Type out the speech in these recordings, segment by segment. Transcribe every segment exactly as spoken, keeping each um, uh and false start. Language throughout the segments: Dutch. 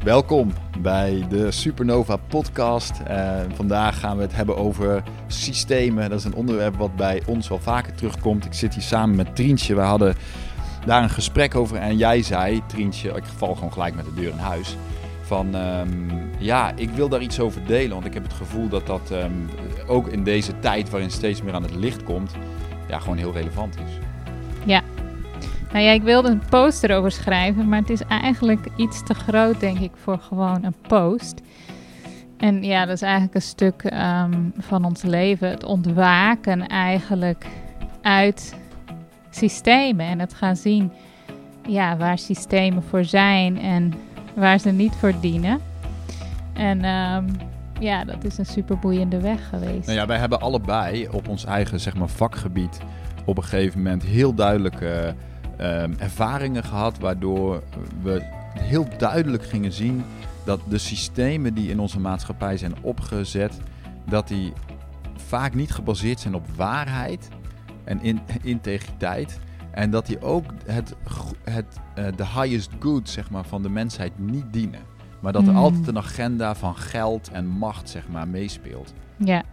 Welkom bij de Supernova podcast. Uh, vandaag gaan we het hebben over systemen. Dat is een onderwerp wat bij ons wel vaker terugkomt. Ik zit hier samen met Trientje. We hadden daar een gesprek over en jij zei, Trientje, ik val gewoon gelijk met de deur in huis. Van um, ja, ik wil daar iets over delen, want ik heb het gevoel dat dat um, ook in deze tijd waarin steeds meer aan het licht komt, ja, gewoon heel relevant is. Ja. Nou ja, ik wilde een post erover schrijven, maar het is eigenlijk iets te groot, denk ik, voor gewoon een post. En ja, dat is eigenlijk een stuk um, van ons leven, het ontwaken eigenlijk uit systemen. En het gaan zien, ja, waar systemen voor zijn en waar ze niet voor dienen. En um, ja, dat is een super boeiende weg geweest. Nou ja, wij hebben allebei op ons eigen, zeg maar, vakgebied op een gegeven moment heel duidelijke Um, ervaringen gehad, waardoor we heel duidelijk gingen zien dat de systemen die in onze maatschappij zijn opgezet, dat die vaak niet gebaseerd zijn op waarheid en in, integriteit. En dat die ook het, het, uh, de highest good, zeg maar, van de mensheid niet dienen. Maar dat er mm. altijd een agenda van geld en macht, zeg maar, meespeelt. Ja,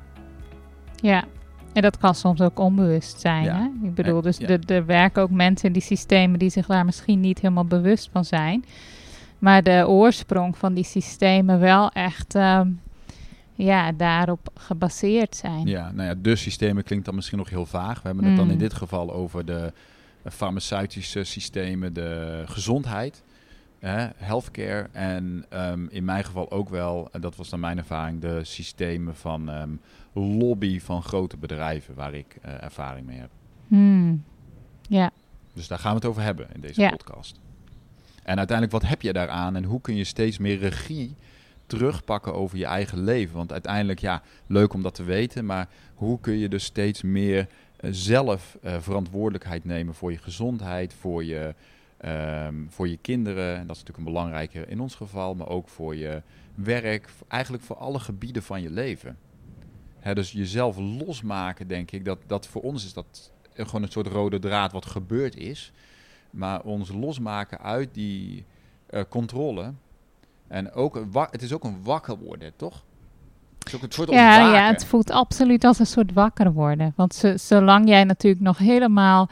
ja. En dat kan soms ook onbewust zijn. Ja. Hè? Ik bedoel, dus ja. er werken ook mensen in die systemen die zich daar misschien niet helemaal bewust van zijn. Maar de oorsprong van die systemen wel echt um, ja, daarop gebaseerd zijn. Ja, nou ja, de systemen klinkt dan misschien nog heel vaag. We hebben het mm. dan in dit geval over de farmaceutische systemen, de gezondheid, eh, healthcare. En um, in mijn geval ook wel, en dat was dan mijn ervaring, de systemen van Um, lobby van grote bedrijven waar ik uh, ervaring mee heb. Hmm. Ja. Dus daar gaan we het over hebben in deze ja. podcast. En uiteindelijk, wat heb je daaraan en hoe kun je steeds meer regie terugpakken over je eigen leven? Want uiteindelijk, ja, leuk om dat te weten, maar hoe kun je dus steeds meer uh, zelf uh, verantwoordelijkheid nemen voor je gezondheid, voor je, um, voor je kinderen, en dat is natuurlijk een belangrijke in ons geval, maar ook voor je werk, eigenlijk voor alle gebieden van je leven. He, dus jezelf losmaken, denk ik, dat, dat voor ons is dat gewoon een soort rode draad wat gebeurd is. Maar ons losmaken uit die uh, controle. En ook een wa- het is ook een wakker worden, toch? Het is ook een soort ja, ontwaken. Ja, het voelt absoluut als een soort wakker worden. Want z- zolang jij natuurlijk nog helemaal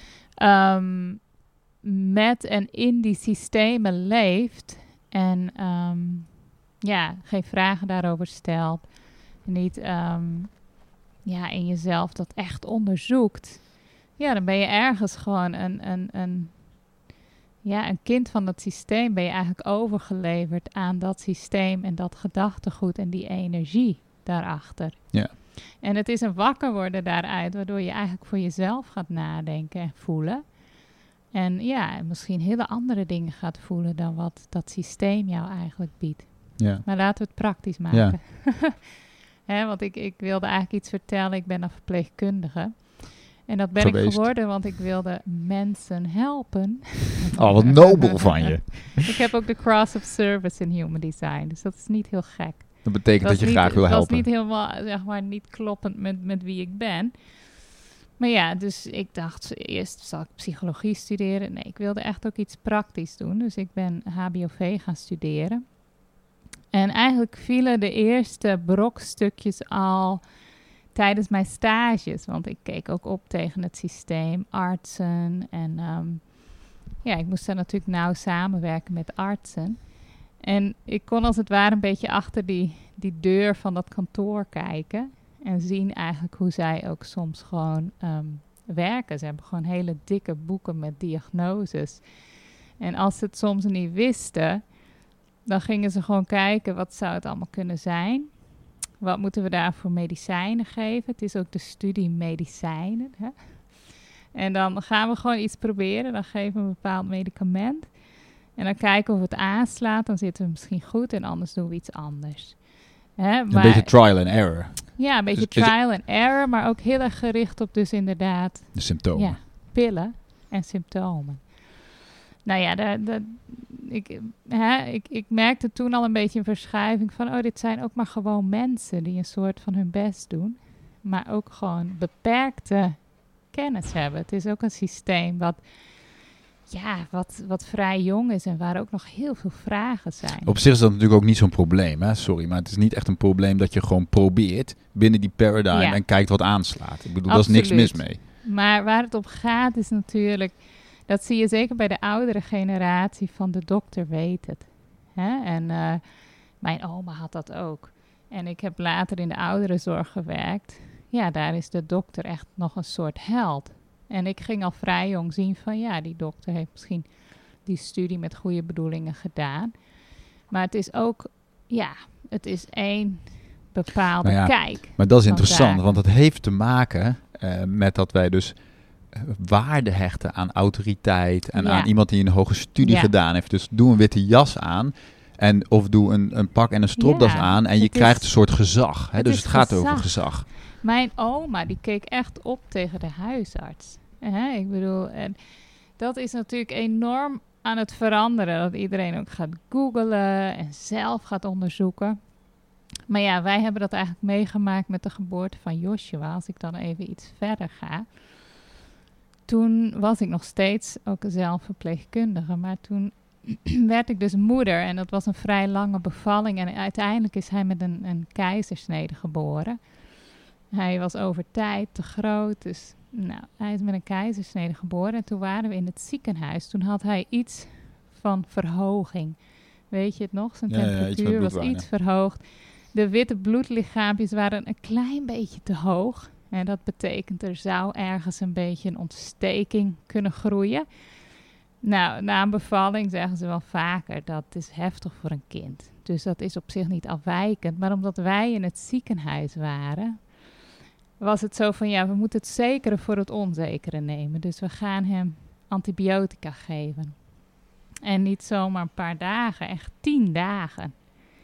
um, met en in die systemen leeft en um, ja, geen vragen daarover stelt, niet um, ja, in jezelf dat echt onderzoekt, ja, dan ben je ergens gewoon een, een, een, ja, een kind van dat systeem. Ben je eigenlijk overgeleverd aan dat systeem en dat gedachtegoed en die energie daarachter. Ja. En het is een wakker worden daaruit, waardoor je eigenlijk voor jezelf gaat nadenken en voelen. En ja, misschien hele andere dingen gaat voelen dan wat dat systeem jou eigenlijk biedt. Ja. Maar laten we het praktisch maken. Ja. He, want ik, ik wilde eigenlijk iets vertellen. Ik ben een verpleegkundige. En dat ben Geweest. ik geworden, want ik wilde mensen helpen. Oh, wat nobel van je. Ik heb ook de Cross of Service in Human Design. Dus dat is niet heel gek. Dat betekent dat, dat je niet, graag wil helpen. Dat is niet helemaal, zeg maar, niet kloppend met, met wie ik ben. Maar ja, dus ik dacht eerst, zal ik psychologie studeren? Nee, ik wilde echt ook iets praktisch doen. Dus ik ben H B O V gaan studeren. En eigenlijk vielen de eerste brokstukjes al tijdens mijn stages. Want ik keek ook op tegen het systeem, artsen. En um, ja, ik moest daar natuurlijk nauw samenwerken met artsen. En ik kon als het ware een beetje achter die, die deur van dat kantoor kijken. En zien eigenlijk hoe zij ook soms gewoon um, werken. Ze hebben gewoon hele dikke boeken met diagnoses. En als ze het soms niet wisten, dan gingen ze gewoon kijken, wat zou het allemaal kunnen zijn? Wat moeten we daar voor medicijnen geven? Het is ook de studie medicijnen. Hè? En dan gaan we gewoon iets proberen. Dan geven we een bepaald medicament. En dan kijken of het aanslaat. Dan zitten we misschien goed en anders doen we iets anders. Hè? Maar, een beetje trial and error. Ja, een beetje dus, trial and error. Maar ook heel erg gericht op dus inderdaad de symptomen. Ja, pillen en symptomen. Nou ja, de, de, ik, hè, ik, ik merkte toen al een beetje een verschuiving van, oh, dit zijn ook maar gewoon mensen die een soort van hun best doen, maar ook gewoon beperkte kennis hebben. Het is ook een systeem wat ja, wat, wat vrij jong is en waar ook nog heel veel vragen zijn. Op zich is dat natuurlijk ook niet zo'n probleem, hè? Sorry, maar het is niet echt een probleem dat je gewoon probeert binnen die paradigm Ja. en kijkt wat aanslaat. Ik bedoel, Absoluut. daar is niks mis mee. Maar waar het om gaat is natuurlijk, dat zie je zeker bij de oudere generatie van de dokter weet het. Hè? En uh, mijn oma had dat ook. En ik heb later in de ouderenzorg gewerkt. Ja, daar is de dokter echt nog een soort held. En ik ging al vrij jong zien van ja, die dokter heeft misschien die studie met goede bedoelingen gedaan. Maar het is ook, ja, het is één bepaalde Nou ja, kijk. Maar dat is van interessant, zaken. want het heeft te maken uh, met dat wij dus uh, waarde hechten aan autoriteit en Ja. aan iemand die een hoge studie Ja. gedaan heeft. Dus doe een witte jas aan en of doe een, een pak en een stropdas Ja, aan en je het krijgt is- een soort gezag. Hè? het Dus is het gaat gezag. over gezag. Mijn oma, die keek echt op tegen de huisarts. Hè? Ik bedoel, en dat is natuurlijk enorm aan het veranderen. Dat iedereen ook gaat googlen en zelf gaat onderzoeken. Maar ja, wij hebben dat eigenlijk meegemaakt met de geboorte van Joshua. Als ik dan even iets verder ga. Toen was ik nog steeds ook zelf verpleegkundige. Maar toen werd ik dus moeder. En dat was een vrij lange bevalling. En uiteindelijk is hij met een, een keizersnede geboren. Hij was over tijd te groot. Dus nou, hij is met een keizersnede geboren. En toen waren we in het ziekenhuis. Toen had hij iets van verhoging. Weet je het nog? Zijn Ja, ja, iets met temperatuur was bloedwaarde. iets verhoogd. De witte bloedlichaampjes waren een klein beetje te hoog. En dat betekent er zou ergens een beetje een ontsteking kunnen groeien. Nou, na een bevalling zeggen ze wel vaker dat is heftig voor een kind. Dus dat is op zich niet afwijkend. Maar omdat wij in het ziekenhuis waren, was het zo van ja, we moeten het zekere voor het onzekere nemen. Dus we gaan hem antibiotica geven. En niet zomaar een paar dagen, echt tien dagen.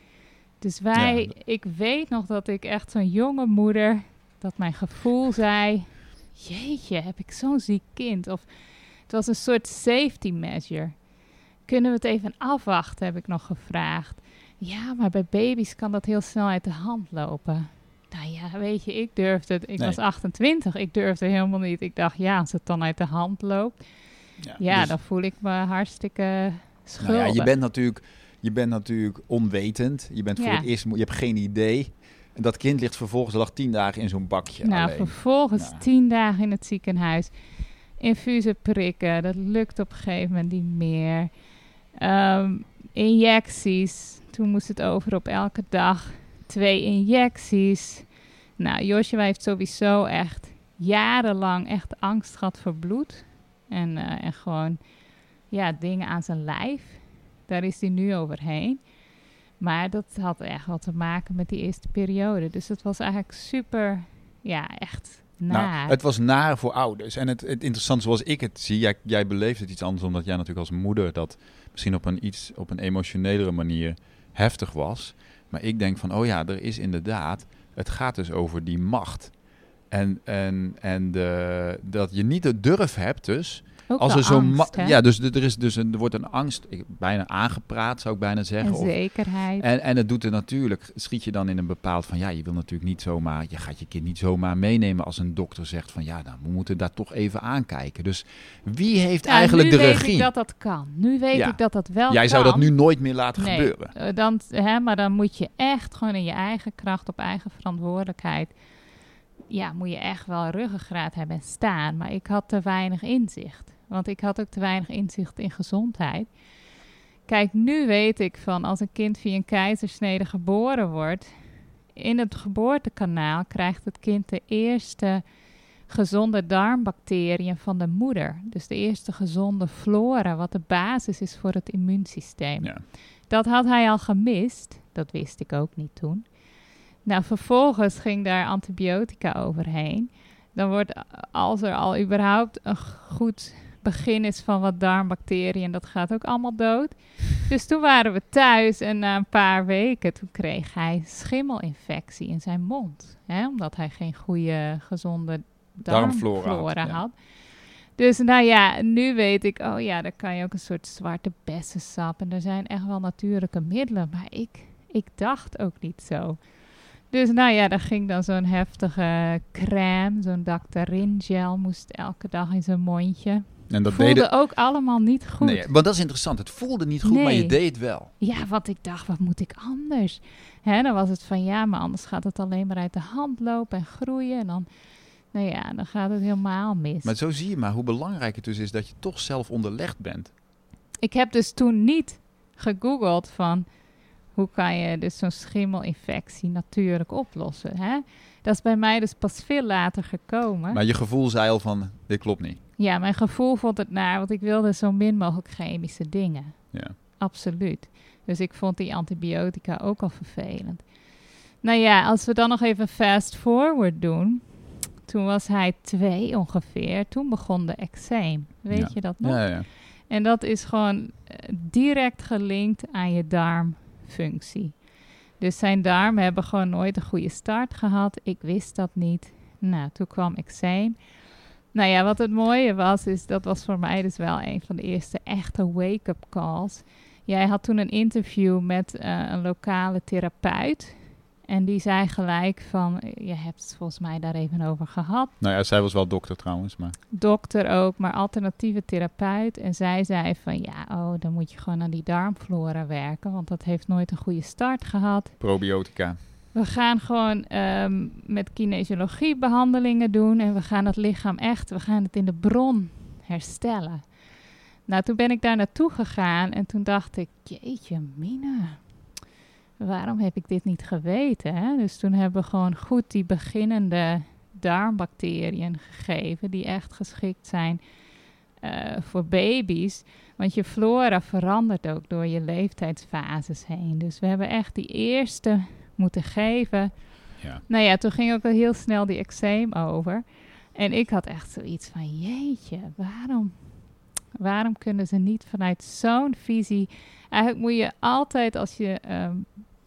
Dus wij, Ja. ik weet nog dat ik echt zo'n jonge moeder, dat mijn gevoel zei, jeetje, heb ik zo'n ziek kind? Of het was een soort safety measure. Kunnen we het even afwachten, heb ik nog gevraagd. Ja, maar bij baby's kan dat heel snel uit de hand lopen. Nou ja, weet je, ik durfde het. Ik Nee. was achtentwintig, ik durfde helemaal niet. Ik dacht, ja, als het dan uit de hand loopt, Ja, ja, dus- dan voel ik me hartstikke schuldig. Nou ja, je bent natuurlijk, je bent natuurlijk onwetend. Je bent voor Ja. het eerst, je hebt geen idee. En dat kind ligt vervolgens lag tien dagen in zo'n bakje Nou, alleen. vervolgens Nou. tien dagen in het ziekenhuis. Infusen prikken, dat lukt op een gegeven moment niet meer. Ehm, injecties, toen moest het over op elke dag twee injecties. Nou, Joshua heeft sowieso echt jarenlang echt angst gehad voor bloed. En, eh, en gewoon, ja, dingen aan zijn lijf. Daar is hij nu overheen. Maar dat had echt wat te maken met die eerste periode. Dus het was eigenlijk super, ja, echt naar. Nou, het was naar voor ouders. En het, het interessante zoals ik het zie, jij, jij beleeft het iets anders omdat jij natuurlijk als moeder dat misschien op een iets op een emotionelere manier heftig was. Maar ik denk van, oh ja, er is inderdaad, het gaat dus over die macht. En, en, en de, dat je niet de durf hebt dus. Ook Als wel er zo'n angst, ma- hè? ja, dus er, er is dus een, er wordt een angst, ik, bijna aangepraat zou ik bijna zeggen. En Of, zekerheid. en, en het doet er natuurlijk, schiet je dan in een bepaald van, ja, je wil natuurlijk niet zomaar, je gaat je kind niet zomaar meenemen als een dokter zegt van, ja, nou, we moeten daar toch even aankijken. Dus wie heeft Nou, eigenlijk nu de weet regie? ik dat dat kan. Nu weet Ja. ik dat dat wel Jij kan. zou dat nu nooit meer laten Nee, gebeuren. eh, dan, hè, maar dan moet je echt gewoon in je eigen kracht, op eigen verantwoordelijkheid, ja, moet je echt wel ruggengraat hebben en staan. Maar ik had te weinig inzicht. Want ik had ook te weinig inzicht in gezondheid. Kijk, nu weet ik van als een kind via een keizersnede geboren wordt, in het geboortekanaal krijgt het kind de eerste gezonde darmbacteriën van de moeder. Dus de eerste gezonde flora, wat de basis is voor het immuunsysteem. Ja. Dat had hij al gemist. Dat wist ik ook niet toen. Nou, vervolgens ging daar antibiotica overheen. Dan wordt, als er al überhaupt een goed begin is van wat darmbacteriën, dat gaat ook allemaal dood. Dus toen waren we thuis en na een paar weken, toen kreeg hij schimmelinfectie in zijn mond. Hè, omdat hij geen goede, gezonde Darmflora darmflora had, ja. had. Dus nou ja, nu weet ik, oh ja, daar kan je ook een soort zwarte bessensap. En er zijn echt wel natuurlijke middelen. Maar ik, ik dacht ook niet zo. Dus nou ja, daar ging dan zo'n heftige crème, zo'n Dactarin gel, moest elke dag in zijn mondje. En dat voelde deden... ook allemaal niet goed. Nee, want dat is interessant. Het voelde niet goed, Nee. maar je deed het wel. Ja, want ik dacht, wat moet ik anders? Hè, dan was het van, ja, maar anders gaat het alleen maar uit de hand lopen en groeien. En dan, nou ja, dan gaat het helemaal mis. Maar zo zie je maar hoe belangrijk het dus is dat je toch zelf onderlegd bent. Ik heb dus toen niet gegoogeld van, hoe kan je dus zo'n schimmelinfectie natuurlijk oplossen? Hè? Dat is bij mij dus pas veel later gekomen. Maar je gevoel zei al van, dit klopt niet. Ja, mijn gevoel vond het naar, want ik wilde zo min mogelijk chemische dingen. Ja. Absoluut. Dus ik vond die antibiotica ook al vervelend. Nou ja, als we dan nog even fast forward doen. Toen was hij twee ongeveer. Toen begon de eczeem. Weet Ja. je dat nog? Ja, ja. En dat is gewoon eh, direct gelinkt aan je darmfunctie. Dus zijn darmen hebben gewoon nooit een goede start gehad. Ik wist dat niet. Nou, toen kwam eczeem. Nou ja, wat het mooie was, is dat was voor mij dus wel een van de eerste echte wake-up calls. Jij had toen een interview met uh, een lokale therapeut. En die zei gelijk van, je hebt het volgens mij daar even over gehad. Nou ja, zij was wel dokter trouwens, maar... Dokter ook, maar alternatieve therapeut. En zij zei van, ja, oh, dan moet je gewoon aan die darmflora werken. Want dat heeft nooit een goede start gehad. Probiotica. We gaan gewoon um, met kinesiologie behandelingen doen. En we gaan het lichaam echt, we gaan het in de bron herstellen. Nou, toen ben ik daar naartoe gegaan. En toen dacht ik, jeetje mina, waarom heb ik dit niet geweten? Hè? Dus toen hebben we gewoon goed die beginnende darmbacteriën gegeven. Die echt geschikt zijn uh, voor baby's. Want je flora verandert ook door je leeftijdsfases heen. Dus we hebben echt die eerste moeten geven. Ja. Nou ja, toen ging ook al heel snel die eczeem over. En ik had echt zoiets van, jeetje, waarom, waarom kunnen ze niet vanuit zo'n visie... Eigenlijk moet je altijd, als je um,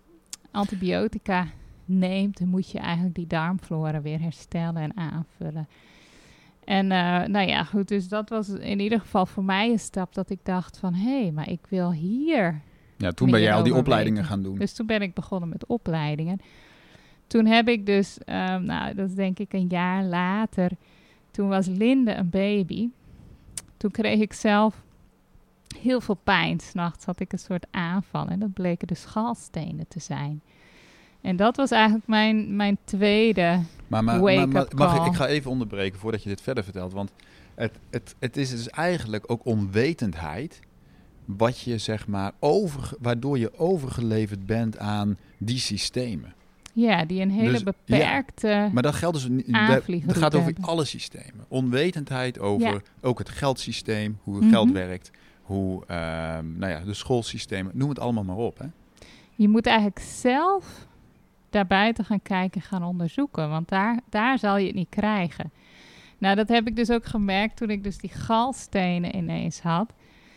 antibiotica neemt, dan moet je eigenlijk die darmflora weer herstellen en aanvullen. En uh, nou ja, goed, dus dat was in ieder geval voor mij een stap dat ik dacht van, hé, hey, maar ik wil hier... Ja, toen ben jij al die over opleidingen weten. gaan doen. Dus toen ben ik begonnen met opleidingen. Toen heb ik dus, um, nou, dat is denk ik een jaar later, toen was Linde een baby. Toen kreeg ik zelf heel veel pijn. 's Nachts had ik een soort aanval en dat bleken dus galstenen te zijn. En dat was eigenlijk mijn, mijn tweede Maar, maar, wake-up maar, maar mag ik, call. ik ga even onderbreken voordat je dit verder vertelt. Want het, het, het is dus eigenlijk ook onwetendheid wat je zeg maar over, waardoor je overgeleverd bent aan die systemen. Ja, die een hele Dus, beperkte ja, maar dat geldt dus niet. Dat, aanvliegroute dat gaat over hebben. alle systemen. Onwetendheid over Ja. ook het geldsysteem, hoe het Mhm. geld werkt, hoe ehm, nou ja, de schoolsystemen, noem het allemaal maar op. Hè? Je moet eigenlijk zelf daarbuiten gaan kijken, gaan onderzoeken. Want daar, daar zal je het niet krijgen. Nou, dat heb ik dus ook gemerkt toen ik dus die galstenen ineens had.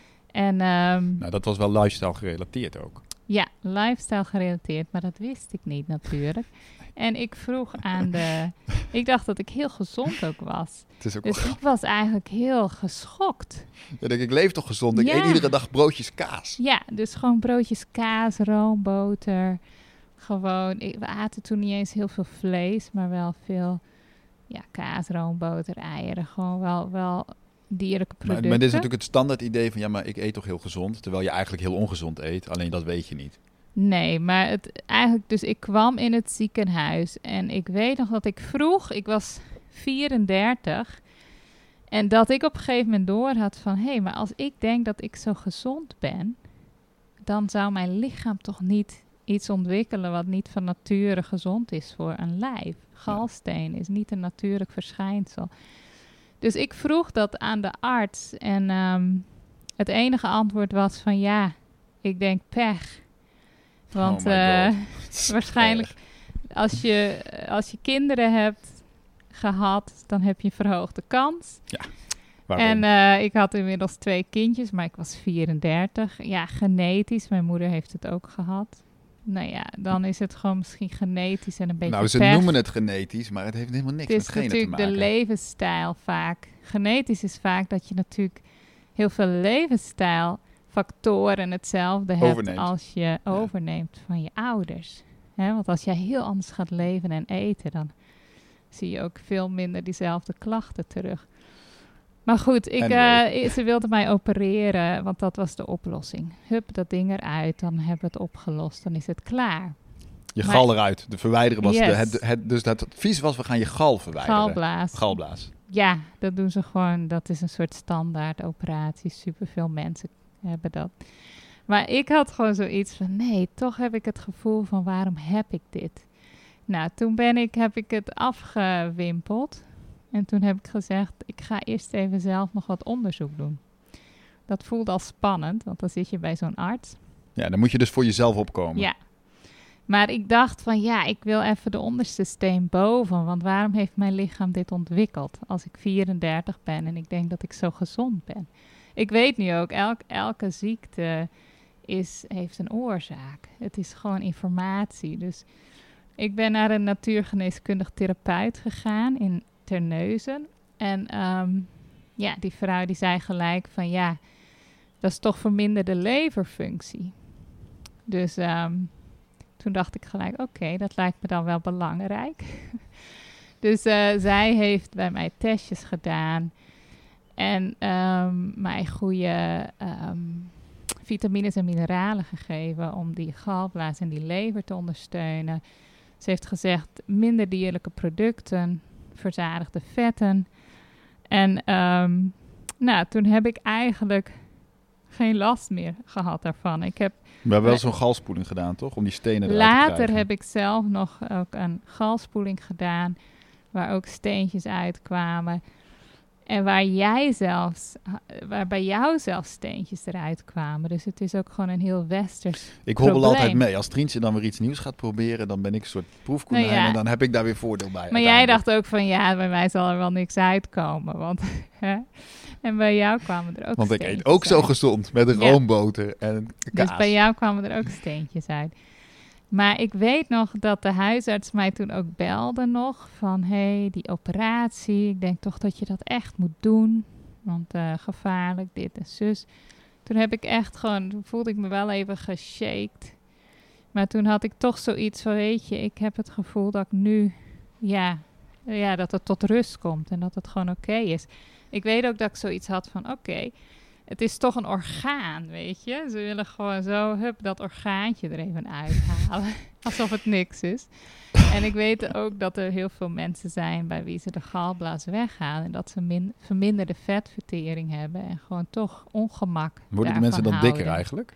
En um, Nou, dat was wel lifestyle gerelateerd ook. ja, lifestyle gerelateerd, maar dat wist ik niet natuurlijk. En ik vroeg aan de... Ik dacht dat ik heel gezond ook was. Het is ook Dus wel- ik was eigenlijk heel geschokt. Dan denk ik, ik leef toch gezond? Ik Ja. eet iedere dag broodjes kaas. Ja, dus gewoon broodjes kaas, roomboter. Gewoon, ik, we aten toen niet eens heel veel vlees, maar wel veel ja, kaas, roomboter, eieren. Gewoon wel, wel dierlijke Maar, producten. maar dit is natuurlijk het standaard idee van, ja, maar ik eet toch heel gezond? Terwijl je eigenlijk heel ongezond eet, alleen dat weet je niet. Nee, maar het, eigenlijk, dus ik kwam in het ziekenhuis en ik weet nog dat ik vroeg, ik was vierendertig, en dat ik op een gegeven moment door had van, hé, hey, maar als ik denk dat ik zo gezond ben, dan zou mijn lichaam toch niet iets ontwikkelen wat niet van nature gezond is voor een lijf. Galsteen is niet een natuurlijk verschijnsel. Dus ik vroeg dat aan de arts en um, het enige antwoord was van, ja, ik denk pech. Want Oh my uh, God. waarschijnlijk als je, als je kinderen hebt gehad, dan heb je een verhoogde kans. Waarom? En uh, ik had inmiddels twee kindjes, maar ik was vierendertig. Ja, genetisch. Mijn moeder heeft het ook gehad. Nou ja, dan is het gewoon misschien genetisch en een beetje nou, ze pech. noemen het genetisch, maar het heeft helemaal niks Het is met genen te natuurlijk de maken. levensstijl vaak. Genetisch is vaak dat je natuurlijk heel veel levensstijlfactoren hetzelfde hebt Overneemt. als je Ja. overneemt van je ouders. Hè, want als jij heel anders gaat leven en eten, dan zie je ook veel minder diezelfde klachten terug. Maar goed, ik, Anyway. uh, ze wilde mij opereren, want dat was de oplossing. Hup, dat ding eruit, dan hebben we het opgelost, dan is het klaar. Je Maar- gal eruit. De verwijderen was... Yes. De, het, het, dus het advies was, we gaan je gal verwijderen. Galblaas. Galblaas. Ja, dat doen ze gewoon. Dat is een soort standaard operatie. Superveel mensen hebben dat. Maar ik had gewoon zoiets van, nee, toch heb ik het gevoel van, waarom heb ik dit? Nou, toen ben ik, heb ik het afgewimpeld. En toen heb ik gezegd, ik ga eerst even zelf nog wat onderzoek doen. Dat voelde al spannend, want dan zit je bij zo'n arts. Ja, dan moet je dus voor jezelf opkomen. Ja. Maar ik dacht van, ja, ik wil even de onderste steen boven. Want waarom heeft mijn lichaam dit ontwikkeld? Als ik vierendertig ben en ik denk dat ik zo gezond ben. Ik weet nu ook, elk, elke ziekte is, heeft een oorzaak. Het is gewoon informatie. Dus ik ben naar een natuurgeneeskundig therapeut gegaan in Terneuzen. En um, ja, die vrouw die zei gelijk van, ja, dat is toch verminderde leverfunctie. Dus um, toen dacht ik gelijk, oké, okay, dat lijkt me dan wel belangrijk. Dus uh, zij heeft bij mij testjes gedaan en um, mij goede um, vitamines en mineralen gegeven om die galblaas en die lever te ondersteunen. Ze heeft gezegd, minder dierlijke producten, verzadigde vetten. En um, nou, toen heb ik eigenlijk geen last meer gehad daarvan. Ik heb We hebben wel zo'n galspoeling gedaan, toch? Om die stenen eruit Later te krijgen. heb ik zelf nog ook een galspoeling gedaan, waar ook steentjes uitkwamen. En waar jij zelfs, waar bij jou zelfs steentjes eruit kwamen. Dus het is ook gewoon een heel westers Ik hobbel probleem. altijd mee. Als Trientje dan weer iets nieuws gaat proberen, dan ben ik een soort proefkonijn Nou ja. en dan heb ik daar weer voordeel bij. Maar jij uiteindelijk. dacht ook van, ja, bij mij zal er wel niks uitkomen. Want, hè? En bij jou kwamen er ook Want ik steentjes eet ook zo uit. gezond met een Ja. roomboter en kaas. Dus bij jou kwamen er ook steentjes uit. Maar ik weet nog dat de huisarts mij toen ook belde nog van, hé, hey, die operatie, ik denk toch dat je dat echt moet doen, want uh, gevaarlijk, dit en zus. Toen heb ik echt gewoon, toen voelde ik me wel even geshaked. Maar toen had ik toch zoiets van, weet je, ik heb het gevoel dat ik nu, ja, ja dat het tot rust komt en dat het gewoon oké okay is. Ik weet ook dat ik zoiets had van, oké, okay, het is toch een orgaan, weet je. Ze willen gewoon zo, hup, dat orgaantje er even uithalen. Alsof het niks is. En ik weet ook dat er heel veel mensen zijn bij wie ze de galblaas weghalen. En dat ze min, verminderde vetvertering hebben. En gewoon toch ongemak Worden die mensen dan houden. dikker eigenlijk?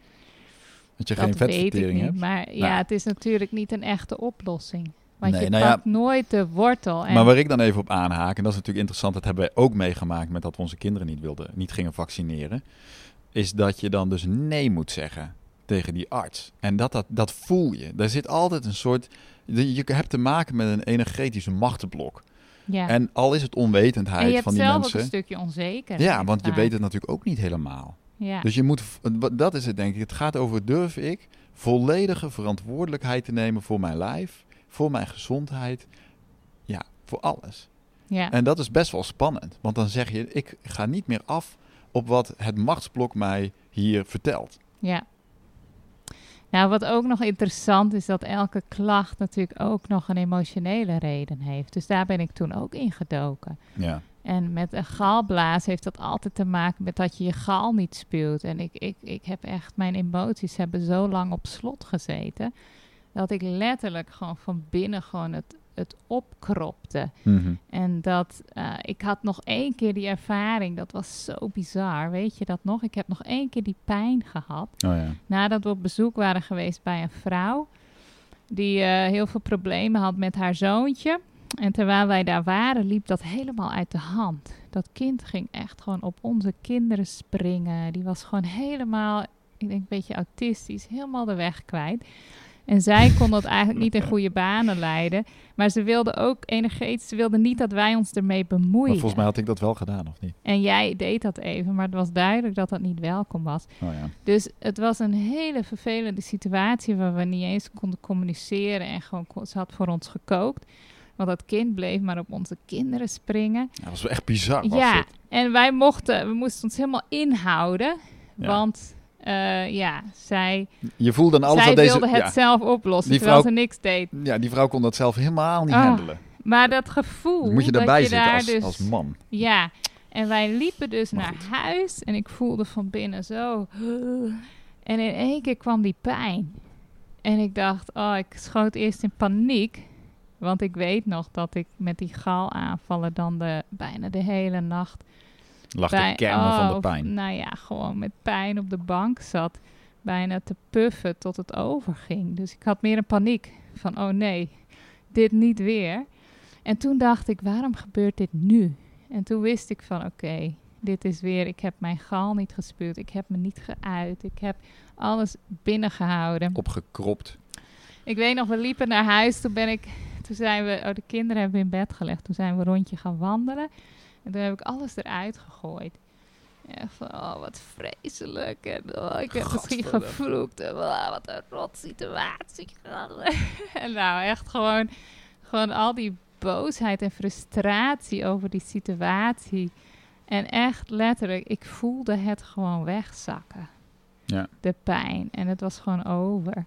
Dat je Dat geen weet ik vetvertering niet. hebt? Maar ja, Nou. het is natuurlijk niet een echte oplossing. Want Nee, je nou ja, pakt nooit de wortel. En Maar waar ik dan even op aanhaak, en dat is natuurlijk interessant, dat hebben wij ook meegemaakt met dat we onze kinderen niet wilden, niet gingen vaccineren, is dat je dan dus nee moet zeggen tegen die arts. En dat, dat, dat voel je. Daar zit altijd een soort, je hebt te maken met een energetische machtsblok. ja. En al is het onwetendheid En je hebt van die zelf mensen. ook een stukje onzekerheid. Ja, want je vaak. weet het natuurlijk ook niet helemaal. Ja. Dus je moet, dat is het denk ik, het gaat over durf ik volledige verantwoordelijkheid te nemen voor mijn lijf, voor mijn gezondheid, ja, voor alles. ja. En dat is best wel spannend, want dan zeg je, ik ga niet meer af op wat het machtsblok mij hier vertelt. Ja. Nou, wat ook nog interessant is, dat elke klacht natuurlijk ook nog een emotionele reden heeft. Dus daar ben ik toen ook in gedoken. Ja. En met een galblaas heeft dat altijd te maken met dat je je gal niet spuwt. En ik, ik, ik heb echt, mijn emoties hebben zo lang op slot gezeten, dat ik letterlijk gewoon van binnen gewoon het, het opkropte. Mm-hmm. En dat, uh, ik had nog één keer die ervaring, dat was zo bizar, weet je dat nog? Ik heb nog één keer die pijn gehad, Oh ja. nadat we op bezoek waren geweest bij een vrouw, die uh, heel veel problemen had met haar zoontje. En terwijl wij daar waren, liep dat helemaal uit de hand. Dat kind ging echt gewoon op onze kinderen springen. Die was gewoon helemaal, ik denk een beetje autistisch, helemaal de weg kwijt. En zij kon dat eigenlijk niet in goede banen leiden. Maar ze wilde ook energetisch, ze wilde niet dat wij ons ermee bemoeien. Maar volgens mij had ik dat wel gedaan, of niet? En jij deed dat even, maar het was duidelijk dat dat niet welkom was. Oh ja. Dus het was een hele vervelende situatie waar we niet eens konden communiceren. En gewoon, ze had voor ons gekookt. Want dat kind bleef maar op onze kinderen springen. Ja, dat was wel echt bizar. Was Ja, het. en wij mochten, we moesten ons helemaal inhouden. Ja. Want uh, ja, zij, Je voelde dan alles zij dat deze... wilde het ja, zelf oplossen, Die terwijl vrouw- ze niks deed. ja, die vrouw kon dat zelf helemaal niet Ah, handelen. Maar dat gevoel, Dan moet je dat daarbij je zitten daar als, dus, als man. ja, En wij liepen dus Maar naar goed. huis en ik voelde van binnen zo. En in één keer kwam die pijn. En ik dacht, oh, ik schoot eerst in paniek. Want ik weet nog dat ik met die galaanvallen dan de, bijna de hele nacht... Lag de bij- kern oh, van de of- pijn. Nou ja, gewoon met pijn op de bank zat. Bijna te puffen tot het overging. Dus ik had meer een paniek van, oh nee, dit niet weer. En toen dacht ik, waarom gebeurt dit nu? En toen wist ik van, oké, okay, dit is weer... Ik heb mijn gal niet gespuurd. Ik heb me niet geuit. Ik heb alles binnengehouden. Opgekropt. Ik weet nog, we liepen naar huis. Toen ben ik... Toen zijn we... Oh, de kinderen hebben we in bed gelegd. Toen zijn we een rondje gaan wandelen. En toen heb ik alles eruit gegooid. Ja, van, oh, wat vreselijk. En oh, ik heb misschien Gadverdamme. gevloekt. En oh, wat een rot situatie. En nou, echt gewoon... Gewoon al die boosheid en frustratie over die situatie. En echt letterlijk, ik voelde het gewoon wegzakken. Ja. De pijn. En het was gewoon over.